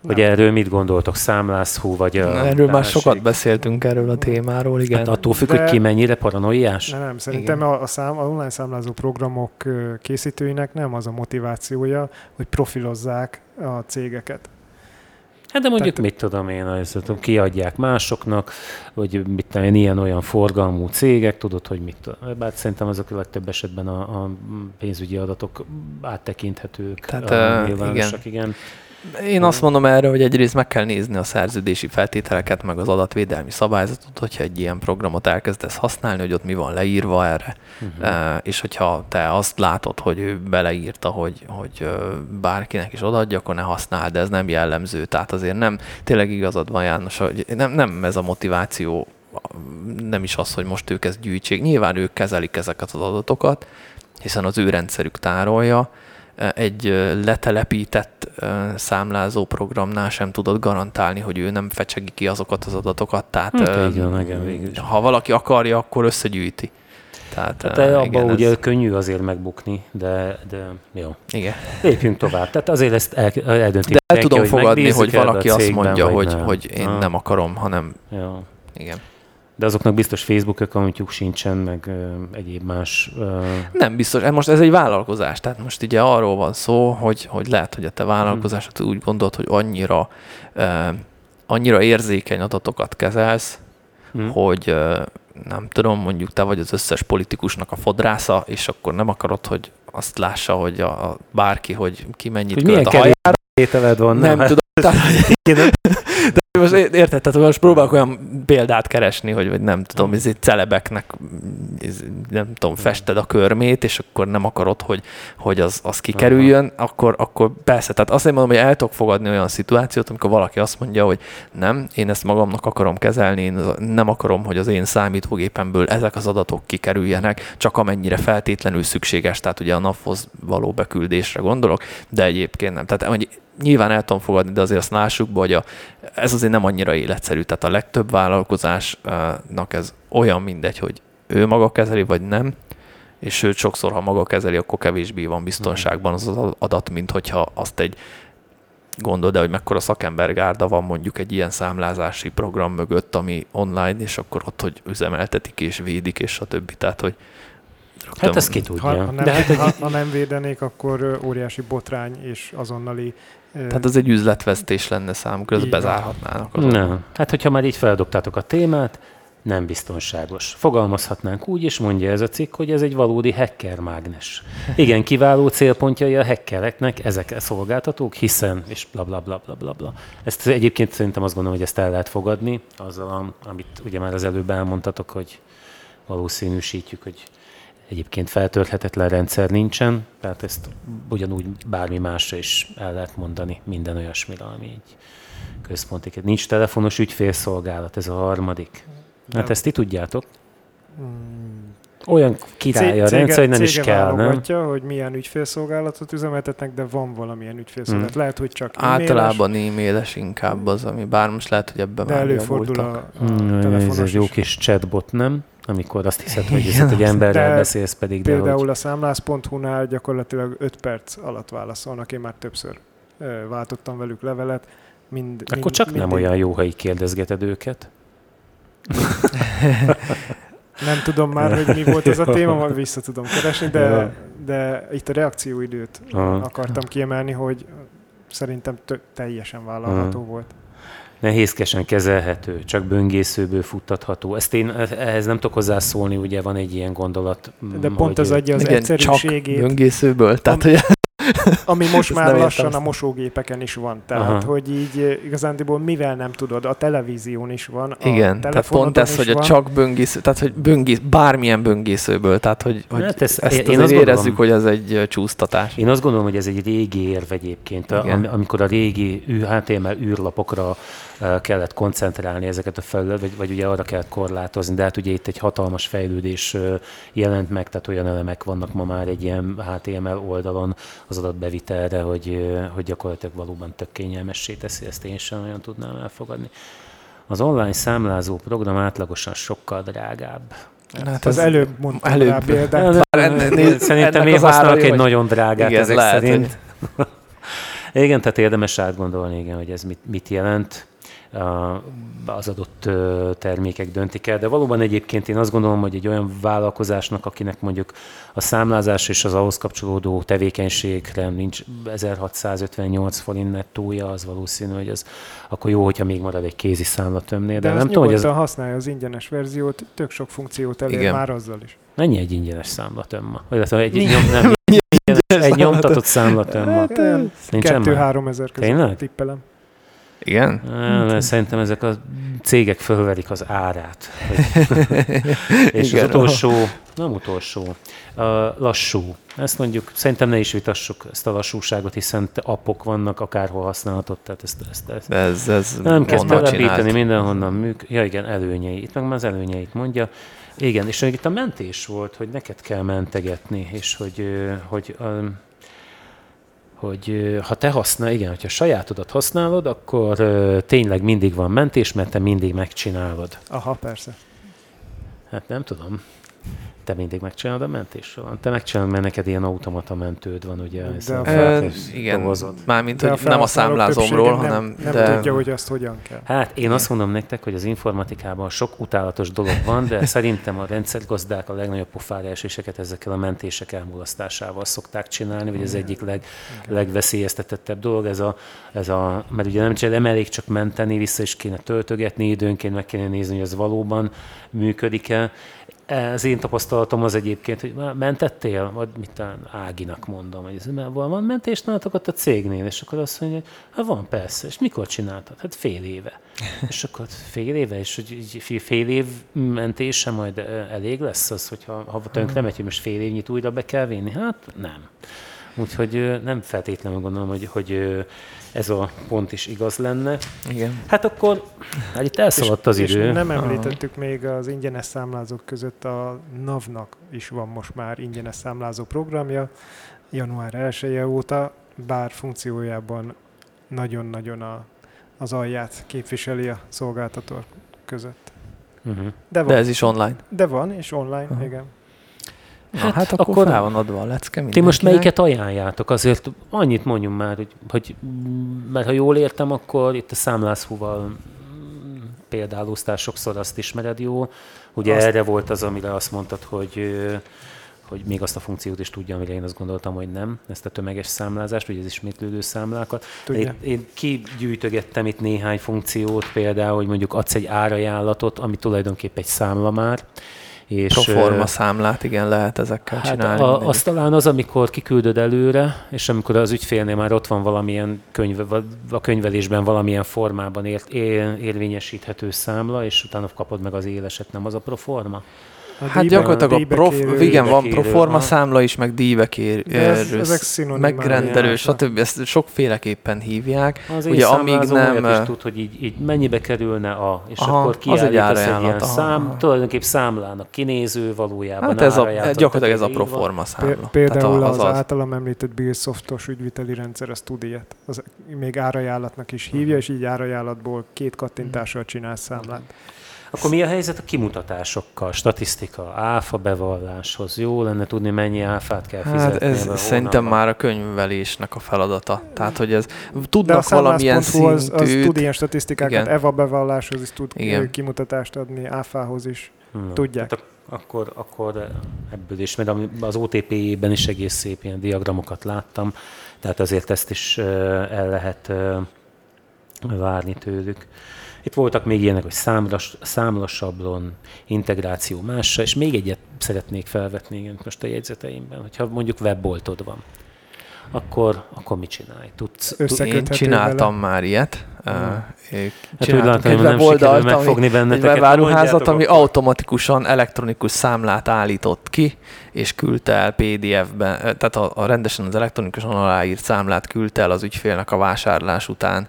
Hogy erről mit gondoltok? Számlászhú, vagy a Erről már társég? sokat beszéltünk erről a témáról, igen. Hát attól függ, De- hogy ki mennyire paranoiás? Nem, nem, szerintem a, a, szám, a online számlázó programok ö, készítőinek nem az a motivációja, hogy profilozzák a cégeket. Hát de mondjuk Tehát- mit tudom én, azt tudom, kiadják másoknak, hogy mit tudom én, ilyen-olyan forgalmú cégek, tudod, hogy mit tudom. Bár szerintem azok a legtöbb esetben a, a pénzügyi adatok áttekinthetők, Tehát, a uh, nyilvánosak, igen. igen. Én azt mondom erre, hogy egyrészt meg kell nézni a szerződési feltételeket, meg az adatvédelmi szabályzatot, hogyha egy ilyen programot elkezdesz használni, hogy ott mi van leírva erre. Uh-huh. Uh, és hogyha te azt látod, hogy ő beleírta, hogy, hogy uh, bárkinek is odaadja, akkor ne használd, de ez nem jellemző. Tehát azért nem, tényleg igazad van, János, hogy nem, nem ez a motiváció, nem is az, hogy most ők ezt gyűjtsék. Nyilván ők kezelik ezeket az adatokat, hiszen az ő rendszerük tárolja. Egy letelepített számlázó programnál sem tudod garantálni, hogy ő nem fecsegi ki azokat az adatokat. Tehát hát, így van, igen, végül is. ha valaki akarja, akkor összegyűjti. Tehát, Tehát abban igen, ugye ez... könnyű azért megbukni, de, de jó. Igen. Lépjünk tovább. Tehát azért ezt el, eldöntik. De el neki, tudom hogy fogadni, megbízzuk hogy ebbe valaki a azt cégben, mondja, vagy hogy, nem. hogy én Ah, nem akarom, hanem jó. igen. De azoknak biztos Facebook accountjuk sincsen, meg ö, egyéb más... Ö... Nem biztos. Most ez egy vállalkozás. Tehát most ugye arról van szó, hogy, hogy lehet, hogy a te vállalkozásod úgy gondolod, hogy annyira, uh, annyira érzékeny adatokat kezelsz, Hmm. hogy uh, nem tudom, mondjuk te vagy az összes politikusnak a fodrásza, és akkor nem akarod, hogy azt lássa, hogy a, a bárki, hogy ki mennyit Hogy költ milyen a kevés hajára. ételed van, Nem, nem tudom. Tehát, de most érted, tehát most próbálok olyan példát keresni, hogy vagy nem tudom, ez egy celebeknek ez, nem tudom, fested a körmét, és akkor nem akarod, hogy, hogy az, az kikerüljön, akkor, akkor persze. Tehát azt mondom, hogy el tudok fogadni olyan szituációt, amikor valaki azt mondja, hogy nem, én ezt magamnak akarom kezelni, én nem akarom, hogy az én számítógépemből ezek az adatok kikerüljenek, csak amennyire feltétlenül szükséges, tehát ugye a naphoz való beküldésre gondolok, de egyébként nem. Tehát hogy nyilván el tudom fogadni, de azért azt lássuk be, hogy a, ez azért nem annyira életszerű. Tehát a legtöbb vállalkozásnak ez olyan mindegy, hogy ő maga kezeli, vagy nem, és sőt, sokszor, ha maga kezeli, akkor kevésbé van biztonságban az az adat, mint hogyha azt egy gondold el, hogy mekkora szakembergárda van mondjuk egy ilyen számlázási program mögött, ami online, és akkor ott, hogy üzemeltetik és védik, és a többi. Tehát, hogy Hát ezt ki tudja. Ha, ha, nem, De hát, ha, ha nem védenék, akkor ö, óriási botrány és azonnali... ö, tehát az egy üzletvesztés lenne számukra, ezt Így van. bezárhatnának. nem. Hát, hogyha már így feldobtátok a témát, nem biztonságos. Fogalmazhatnánk úgy is, mondja ez a cikk, hogy ez egy valódi hacker mágnes. Igen, kiváló célpontjai a hackereknek ezek a szolgáltatók, hiszen, és bla bla bla bla bla bla. Ezt egyébként szerintem azt gondolom, hogy ezt el lehet fogadni, azzal, amit ugye már az előbb elmondtatok, hogy valószínűsítjük, hogy egyébként feltörhetetlen rendszer nincsen, tehát ezt ugyanúgy bármi másra is el lehet mondani, minden olyasmire, ami egy központi. Nincs telefonos ügyfélszolgálat, ez a harmadik. Hát Nem. ezt ti tudjátok? mm, Olyan király a cége- rendszer, hogy nem is cége kell, nem? válogatja, hogy milyen ügyfélszolgálatot üzemeltetnek, de van valamilyen ügyfélszolgálat. Hmm. Lehet, hogy csak e-mailes, Általában e-mailes inkább az, ami bár most lehet, hogy ebben de már előfordul javultak. a, a Mm, ez telefonos egy jó is. kis chatbot, nem? Amikor azt hiszed, hogy, Igen, ez egy emberrel de beszélsz pedig, de Például hogy... a számlász pont hu-nál gyakorlatilag öt perc alatt válaszolnak. Én már többször ö, váltottam velük levelet. Mind, Akkor mind, csak nem mindig. olyan jó, ha így kérdezgeted őket. Nem tudom már, hogy mi volt ez a téma, majd vissza tudom keresni, Ja. de, de itt a reakcióidőt Aha. akartam kiemelni, hogy szerintem tö- teljesen vállalható Aha. volt. Nehézkesen kezelhető, csak böngészőből futtatható. Ezt én ehhez nem tudok hozzászólni, ugye van egy ilyen gondolat. De mm, pont hogy- az adja az Igen, csak egyszerűségét, böngészőből. Tehát, hogy ami most Ezt már nem értem lassan azt. a mosógépeken is van. Tehát, Aha. hogy így eh, igazándiból mivel nem tudod, a televízión is van, a igen, tehát telefonodon pont ez, is hogy a van. csak böngésző, tehát hogy böngész, bármilyen böngészőből, tehát hogy, hogy Hát ezt- ezt én azért azt érezzük, gondolom- hogy ez egy ö, csúsztatás. Én azt gondolom, hogy ez egy régi érv egyébként, a- Igen. am- amikor a régi ű- há té em el űrlapokra eh, kellett koncentrálni ezeket a felület, vagy, vagy ugye arra kellett korlátozni, de hát ugye itt egy hatalmas fejlődés eh, jelent meg, tehát olyan elemek vannak ma már egy ilyen há té em el oldalon az adatbevitelre, hogy, eh, hogy gyakorlatilag valóban tök kényelmessé teszi, ezt én sem olyan tudnám elfogadni. Az online számlázó program átlagosan sokkal drágább. Hát Az ez- előbb mondtam előbb. rá példát. Bár ennél- Szerintem ennek én az használok ára jó, egy hogy- nagyon drágát Igen, ezek lehet, szerint. Igen, tehát érdemes átgondolni, igen, hogy ez mit, mit jelent. Az adott termékek döntik el, de valóban egyébként én azt gondolom, hogy egy olyan vállalkozásnak, akinek mondjuk a számlázás és az ahhoz kapcsolódó tevékenységre nincs ezerhatszázötvennyolc forint nettója, az valószínű, hogy az akkor jó, hogyha még marad egy kézi számlatömnél. De, de nem tudom, hogy ez használja az ingyenes verziót, tök sok funkciót elér Igen. már azzal is. Mennyi egy ingyenes számlatöm ma? Vagy egy, egy, nyom, nem, ingyenes, egy nyomtatott számlatöm ma? kettő-három ezer között tippelem. Igen? Á, szerintem ezek a cégek fölverik az árát. És Igen, az utolsó, nem utolsó, a lassú. Ezt mondjuk, szerintem ne is vitassuk ezt a lassúságot, hiszen appok vannak, akárhol használhatod. Tehát ezt, ezt, ezt. Ez, ez nem kezd telepíteni mindenhonnan műk. Ja igen, előnyei. Itt meg már az előnyeit mondja. Igen, és itt a mentés volt, hogy neked kell mentegetni, és hogy, hogy um, hogy ha te használ, igen, hogyha sajátodat használod, akkor uh, tényleg mindig van mentés, mert te mindig megcsinálod. Aha, persze. Hát nem tudom. Te mindig megcsinálod a mentésről. Te megcsinálod, mert neked ilyen automata mentőd van, ugye? De a e, igen, mármint, hogy nem a számlázomról, nem, hanem... Nem de... tudja, hogy azt hogyan kell. Hát én azt mondom nektek, hogy az informatikában sok utálatos dolog van, de szerintem a rendszergazdák a legnagyobb pofára eséseket ezekkel a mentések elmulasztásával szokták csinálni, vagy az egyik leg, legveszélyeztetettebb dolog, ez a, ez a, mert ugye nem, nem elég csak menteni, vissza is kéne töltögetni, időnként meg kéne nézni, hogy ez valóban működik-e. Az én tapasztalatom az egyébként, hogy mentettél? Vagy mit Áginak mondom, hogy ez, van mentés nálatok ott a cégnél? És akkor azt mondja, hogy hát van persze. És mikor csináltad? Hát fél éve. És akkor fél éve? És hogy fél év mentése majd elég lesz az, hogyha ha tönkre megy, hogy most fél évnyit újra be kell vinni? Hát nem. Úgyhogy nem feltétlenül gondolom, hogy, hogy ez a pont is igaz lenne. Igen. Hát akkor hát itt elszaladt az és, idő. És nem említettük Aha. még az ingyenes számlázók között a NAV-nak is van most már ingyenes számlázó programja január elseje óta, bár funkciójában nagyon-nagyon a, az alját képviseli a szolgáltató között. Uh-huh. De, van. De ez is online. De van, és online, uh-huh. igen. Hát, hát akkor, akkor rá van adva a lecke. Ti most melyiket ajánljátok? Azért annyit mondjunk már, hogy, hogy mert ha jól értem, akkor itt a számlázhúval példálóztál sokszor, azt ismered jól. Ugye azt... erre volt az, amire azt mondtad, hogy, hogy még azt a funkciót is tudja, amire én azt gondoltam, hogy nem, ezt a tömeges számlázást, vagy az ismétlődő számlákat. Én, én kigyűjtögettem itt néhány funkciót, például, hogy mondjuk adsz egy árajánlatot, ami tulajdonképpen egy számla már, és proforma számlát, igen, lehet ezekkel hát csinálni. A, az talán az, amikor kiküldöd előre, és amikor az ügyfélnél már ott van valamilyen könyv, a könyvelésben valamilyen formában ér, ér, érvényesíthető számla, és utána kapod meg az éleset, nem az a proforma? A hát gyakorlatilag a prof, igen, van proforma számla is, meg díjbekérő, megrendelő, stb. Ezt sokféleképpen hívják. Az ugye, amíg nem... is tud, hogy így, így mennyibe kerülne a... És aha, akkor kiállítasz egy, egy ilyen szám, tulajdonképp számlának kinéző valójában. Hát ez a, gyakorlatilag ez a proforma számla. Például az, az általam említett BillSoftos ügyviteli rendszer, az tud ilyet. Az még árajánlatnak is hívja, és így árajánlatból két kattintással csinál számlát. Akkor mi a helyzet a kimutatásokkal, statisztika, áfa bevalláshoz? Jó lenne tudni, mennyi áfát kell fizetni? Hát ez szerintem már a könyvelésnek a feladata. Tehát, hogy ez tudnak valamilyen szintű... Az, az tud ilyen statisztikákat, igen. EVA bevalláshoz is tud igen. kimutatást adni, áfához is. Hmm. Tudják. Hát akkor, akkor ebből is, mert az o té pé-ben is egész szép ilyen diagramokat láttam, tehát azért ezt is el lehet várni tőlük. Itt voltak még ilyenek, hogy számlas, számlasablon, integráció mással, és még egyet szeretnék felvetni igen, most a jegyzeteimben, hogyha mondjuk webboltod van, akkor, akkor mit csinálj? Tudsz, Én csináltam vele. Már ilyet. Hmm. Hát úgy látom, hogy nem sikerül megfogni benneteket. Egy webáruházat, ami automatikusan elektronikus számlát állított ki, és küldte el pé dé ef-ben, tehát a, a rendesen az elektronikusan aláírt számlát küldte el az ügyfélnek a vásárlás után.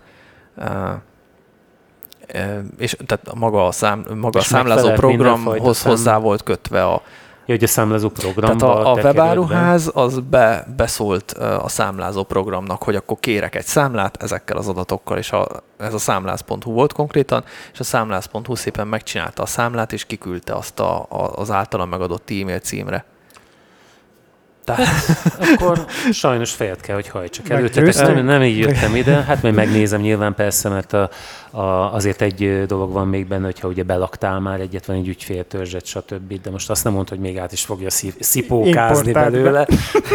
És tehát maga a, szám, maga a számlázó programhoz hozzá volt kötve a... Ja, hogy a számlázó programba... Tehát a, a webáruház az be, beszólt a számlázó programnak, hogy akkor kérek egy számlát ezekkel az adatokkal, és a, ez a számláz pont hu volt konkrétan, és a számláz pont hu szépen megcsinálta a számlát, és kiküldte azt a, a, az általam megadott e-mail címre. Tehát akkor sajnos fejet kell, hogy hajtsak elő. Tehát Meggyőztem. nem, nem így jöttem ide, hát majd megnézem nyilván persze, mert a, a, azért egy dolog van még benne, hogyha ugye belaktál már egyet, van egy ügyféltörzset, stb. De most azt nem mondta, hogy még át is fogja szí- szipókázni belőle.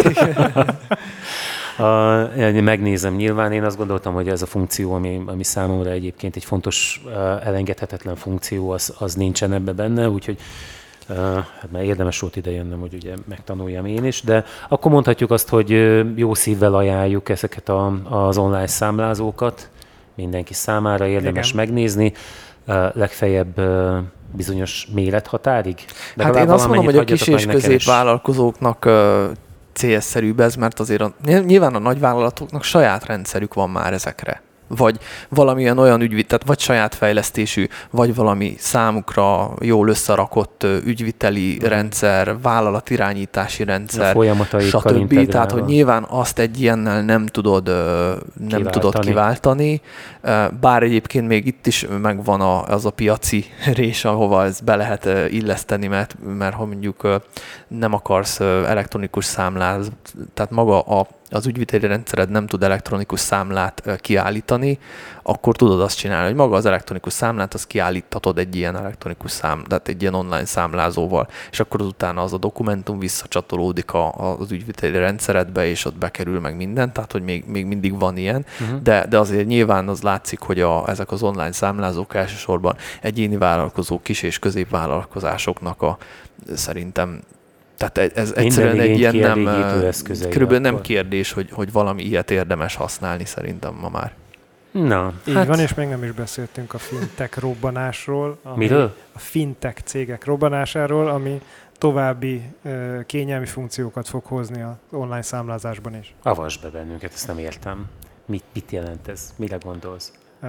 A, megnézem nyilván, én azt gondoltam, hogy ez a funkció, ami, ami számomra egyébként egy fontos, elengedhetetlen funkció, az, az nincsen ebbe benne, úgyhogy Uh, hát már érdemes volt ide jönnöm, hogy ugye megtanuljam én is, de akkor mondhatjuk azt, hogy jó szívvel ajánljuk ezeket a, az online számlázókat mindenki számára, érdemes Igen. megnézni, uh, legfeljebb uh, bizonyos mérethatárig. De Hát én azt mondom, hogy a kis és középvállalkozóknak középvállalkozóknak uh, célszerűbb ez, mert azért a, nyilván a nagyvállalatoknak saját rendszerük van már ezekre. Vagy valamilyen olyan ügyvit, tehát vagy saját fejlesztésű, vagy valami számukra jól összerakott ügyviteli mm. rendszer, vállalatirányítási rendszer, stb. Tehát, hogy nyilván azt egy ilyennel nem tudod, nem kiváltani. tudod kiváltani, bár egyébként még itt is megvan a, az a piaci rés, ahova ez be lehet illeszteni, mert, mert ha mondjuk nem akarsz elektronikus számlát, tehát maga a az ügyviteli rendszered nem tud elektronikus számlát kiállítani, akkor tudod azt csinálni, hogy maga az elektronikus számlát, azt kiállíthatod egy ilyen elektronikus szám, tehát egy ilyen online számlázóval, és akkor utána az a dokumentum visszacsatolódik a, az ügyviteli rendszeredbe, és ott bekerül meg minden, tehát hogy még, még mindig van ilyen, uh-huh. de, de azért nyilván az látszik, hogy a, ezek az online számlázók elsősorban egyéni vállalkozók, kis- és középvállalkozásoknak a szerintem tehát ez egyszerűen egy ilyen nem, körülbelül nem kérdés, hogy, hogy valami ilyet érdemes használni szerintem ma már. Na, így hát... van, és még nem is beszéltünk a fintech robbanásról. Miről? A fintech cégek robbanásáról, ami további uh, kényelmi funkciókat fog hozni az online számlázásban is. Avasd be bennünket, ezt nem értem. Mit, mit jelent ez? Mire gondolsz? Uh,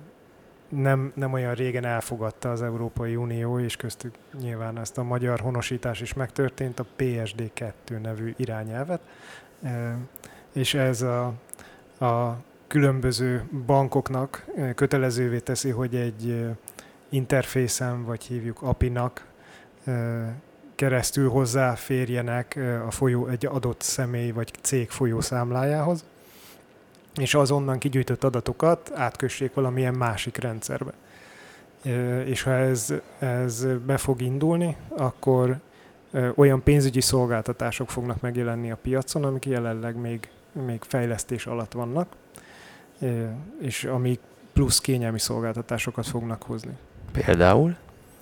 Nem, nem olyan régen elfogadta az Európai Unió, és köztük nyilván ezt a magyar honosítás is megtörtént, a P S D kettő nevű irányelvet, és ez a, a különböző bankoknak kötelezővé teszi, hogy egy interfészen, vagy hívjuk á pé i-nak keresztül hozzáférjenek a folyó, egy adott személy vagy cég folyószámlájához, és azonnan kigyűjtött adatokat átkössék valamilyen másik rendszerbe. És ha ez, ez be fog indulni, akkor olyan pénzügyi szolgáltatások fognak megjelenni a piacon, amik jelenleg még, még fejlesztés alatt vannak, és amik plusz kényelmi szolgáltatásokat fognak hozni. Például?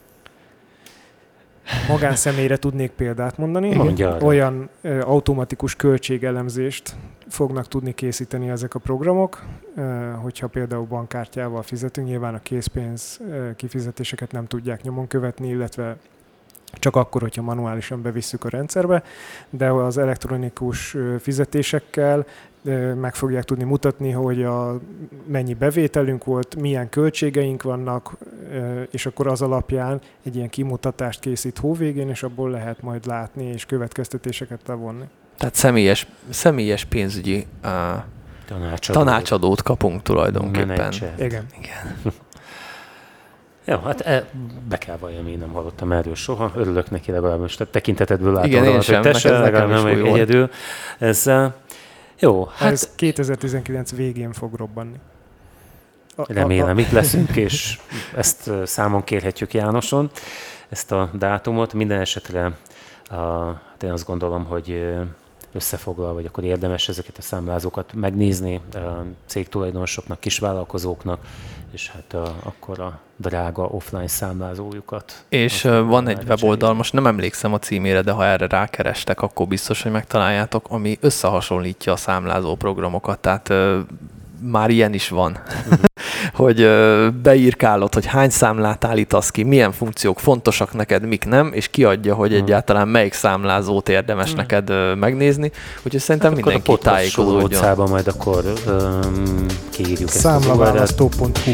Magánszemélyre tudnék példát mondani. Mondja. Olyan ö, automatikus költségelemzést fognak tudni készíteni ezek a programok, ö, hogyha például bankkártyával fizetünk, nyilván a készpénz ö, kifizetéseket nem tudják nyomon követni, illetve csak akkor, hogyha manuálisan bevisszük a rendszerbe, de az elektronikus ö, fizetésekkel ö, meg fogják tudni mutatni, hogy a, mennyi bevételünk volt, milyen költségeink vannak, ö, és akkor az alapján egy ilyen kimutatást készít hóvégén, és abból lehet majd látni és következtetéseket levonni. Tehát személyes, személyes pénzügyi uh, tanácsadót. tanácsadót kapunk tulajdonképpen. Menedzser. Igen. Igen. Jó, hát e, be kell valljam, én nem hallottam erről soha. Örülök neki legalábbis, tehát tekintetedből látom. Igen, én sem, hogy te se, legalább nem vagyok egyedül. Ez, jó, hát... Ez kétezer-tizenkilenc végén fog robbanni. A, remélem, a, a... itt leszünk, és ezt számon kérhetjük Jánoson, ezt a dátumot. Minden esetre a, hát én azt gondolom, hogy összefoglalva, vagy akkor érdemes ezeket a számlázókat megnézni a cégtulajdonosoknak, kisvállalkozóknak, és hát a, akkor a drága offline számlázójukat. És van egy weboldal, most nem emlékszem a címére, de ha erre rákerestek, akkor biztos, hogy megtaláljátok, ami összehasonlítja a számlázó programokat, tehát uh, már ilyen is van. Uh-huh. hogy uh, beírkálod, hogy hány számlát állítasz ki, milyen funkciók fontosak neked, mik nem, és kiadja, hogy uh-huh. egyáltalán melyik számlázót érdemes uh-huh. neked uh, megnézni. Úgyhogy szerintem hát mindenki tájékozódjon. Akkor majd akkor um, kiírjuk ezt számlaválasztó pont hu.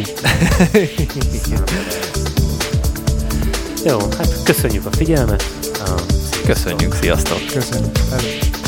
Jó, hát köszönjük a figyelmet. Köszönjük, sziasztok! Köszönjük. Előtt.